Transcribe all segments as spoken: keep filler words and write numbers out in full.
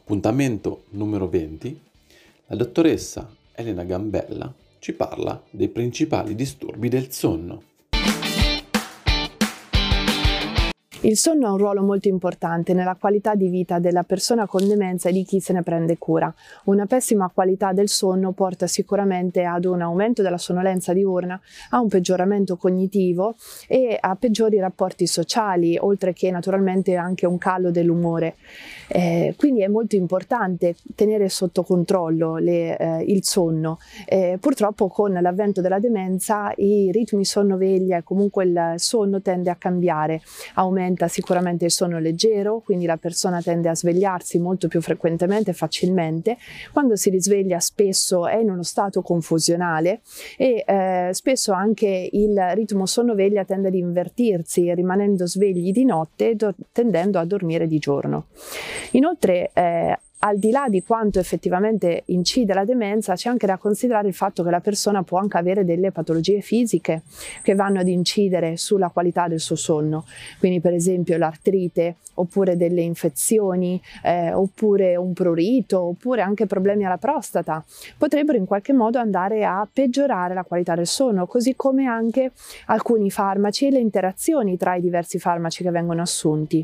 Appuntamento numero venti, la dottoressa Elena Gambella ci parla dei principali disturbi del sonno. Il sonno ha un ruolo molto importante nella qualità di vita della persona con demenza e di chi se ne prende cura. Una pessima qualità del sonno porta sicuramente ad un aumento della sonnolenza diurna, a un peggioramento cognitivo e a peggiori rapporti sociali, oltre che naturalmente anche un calo dell'umore. Eh, quindi è molto importante tenere sotto controllo le, eh, il sonno. Eh, purtroppo con l'avvento della demenza i ritmi sonno-veglia e comunque il sonno tende a cambiare, aumenta sicuramente il sonno leggero, quindi la persona tende a svegliarsi molto più frequentemente e facilmente. Quando si risveglia spesso è in uno stato confusionale e eh, spesso anche il ritmo sonno-veglia tende ad invertirsi, rimanendo svegli di notte, tendendo a dormire di giorno. Inoltre eh, al di là di quanto effettivamente incide la demenza, c'è anche da considerare il fatto che la persona può anche avere delle patologie fisiche che vanno ad incidere sulla qualità del suo sonno, quindi per esempio l'artrite, oppure delle infezioni, eh, oppure un prurito, oppure anche problemi alla prostata, potrebbero in qualche modo andare a peggiorare la qualità del sonno, così come anche alcuni farmaci e le interazioni tra i diversi farmaci che vengono assunti.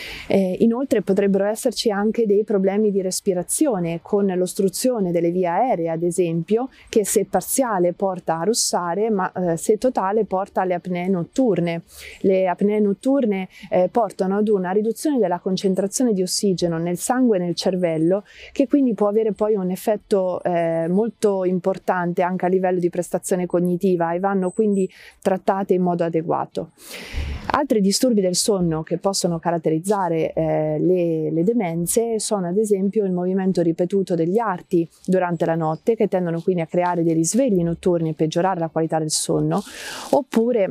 Eh, inoltre potrebbero esserci anche dei problemi di di respirazione con l'ostruzione delle vie aeree, ad esempio, che se parziale porta a russare, ma eh, se totale porta alle apnee notturne. Le apnee notturne eh, portano ad una riduzione della concentrazione di ossigeno nel sangue e nel cervello, che quindi può avere poi un effetto eh, molto importante anche a livello di prestazione cognitiva e vanno quindi trattate in modo adeguato. Altri disturbi del sonno che possono caratterizzare eh, le, le demenze sono ad esempio il movimento ripetuto degli arti durante la notte, che tendono quindi a creare dei risvegli notturni e peggiorare la qualità del sonno, oppure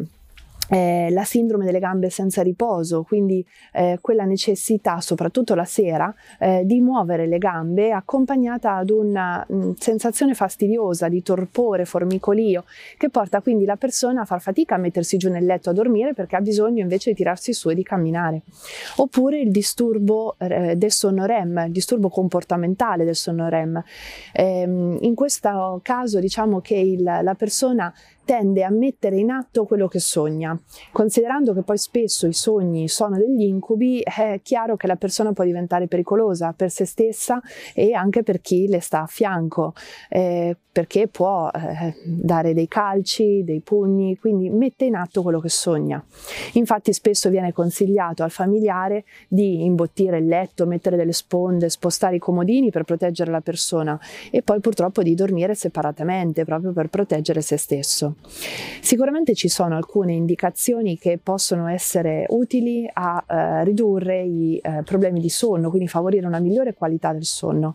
Eh, la sindrome delle gambe senza riposo, quindi eh, quella necessità, soprattutto la sera, eh, di muovere le gambe accompagnata ad una mh, sensazione fastidiosa di torpore, formicolio, che porta quindi la persona a far fatica a mettersi giù nel letto a dormire perché ha bisogno invece di tirarsi su e di camminare. Oppure il disturbo eh, del sonno REM, il disturbo comportamentale del sonno REM. Eh, in questo caso diciamo che il, la persona tende a mettere in atto quello che sogna. Considerando che poi spesso i sogni sono degli incubi, è chiaro che la persona può diventare pericolosa per se stessa e anche per chi le sta a fianco, eh, perché può eh, dare dei calci, dei pugni, quindi mette in atto quello che sogna. Infatti spesso viene consigliato al familiare di imbottire il letto, mettere delle sponde, spostare i comodini per proteggere la persona e poi purtroppo di dormire separatamente proprio per proteggere se stesso. Sicuramente ci sono alcune indicazioni che possono essere utili a eh, ridurre i eh, problemi di sonno, quindi favorire una migliore qualità del sonno,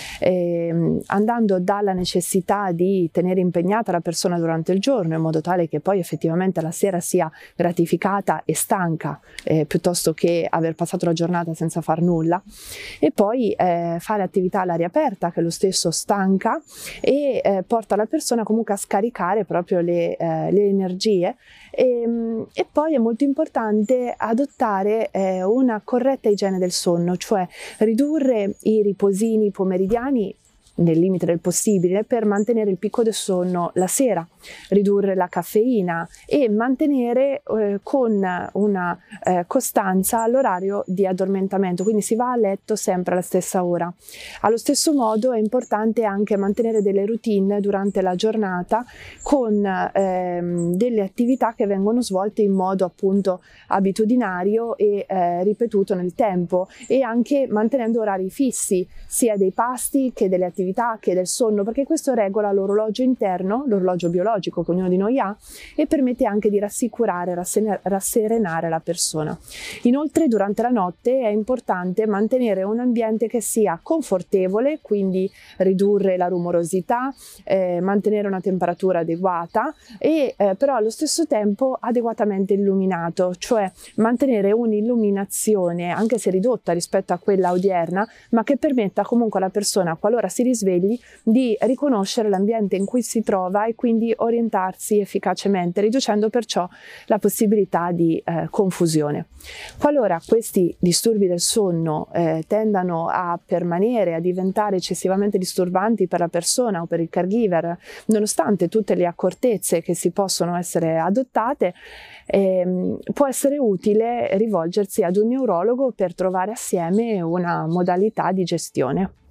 e, andando dalla necessità di tenere impegnata la persona durante il giorno in modo tale che poi effettivamente la sera sia gratificata e stanca eh, piuttosto che aver passato la giornata senza far nulla, e poi eh, fare attività all'aria aperta che lo stesso stanca e eh, porta la persona comunque a scaricare proprio le Le, eh, le energie e, e poi è molto importante adottare eh, una corretta igiene del sonno, cioè ridurre i riposini pomeridiani nel limite del possibile per mantenere il picco del sonno la sera, ridurre la caffeina e mantenere eh, con una eh, costanza l'orario di addormentamento, quindi si va a letto sempre alla stessa ora. Allo stesso modo è importante anche mantenere delle routine durante la giornata con ehm, delle attività che vengono svolte in modo appunto abitudinario e eh, ripetuto nel tempo, e anche mantenendo orari fissi sia dei pasti che delle attività che del sonno, perché questo regola l'orologio interno, l'orologio biologico che ognuno di noi ha, e permette anche di rassicurare, rasserenare la persona. Inoltre durante la notte è importante mantenere un ambiente che sia confortevole, quindi ridurre la rumorosità, eh, mantenere una temperatura adeguata e eh, però allo stesso tempo adeguatamente illuminato, cioè mantenere un'illuminazione anche se ridotta rispetto a quella odierna, ma che permetta comunque alla persona, qualora si risvegli, di riconoscere l'ambiente in cui si trova e quindi orientarsi efficacemente, riducendo perciò la possibilità di eh, confusione. Qualora questi disturbi del sonno eh, tendano a permanere, a diventare eccessivamente disturbanti per la persona o per il caregiver, nonostante tutte le accortezze che si possono essere adottate, ehm, può essere utile rivolgersi ad un neurologo per trovare assieme una modalità di gestione.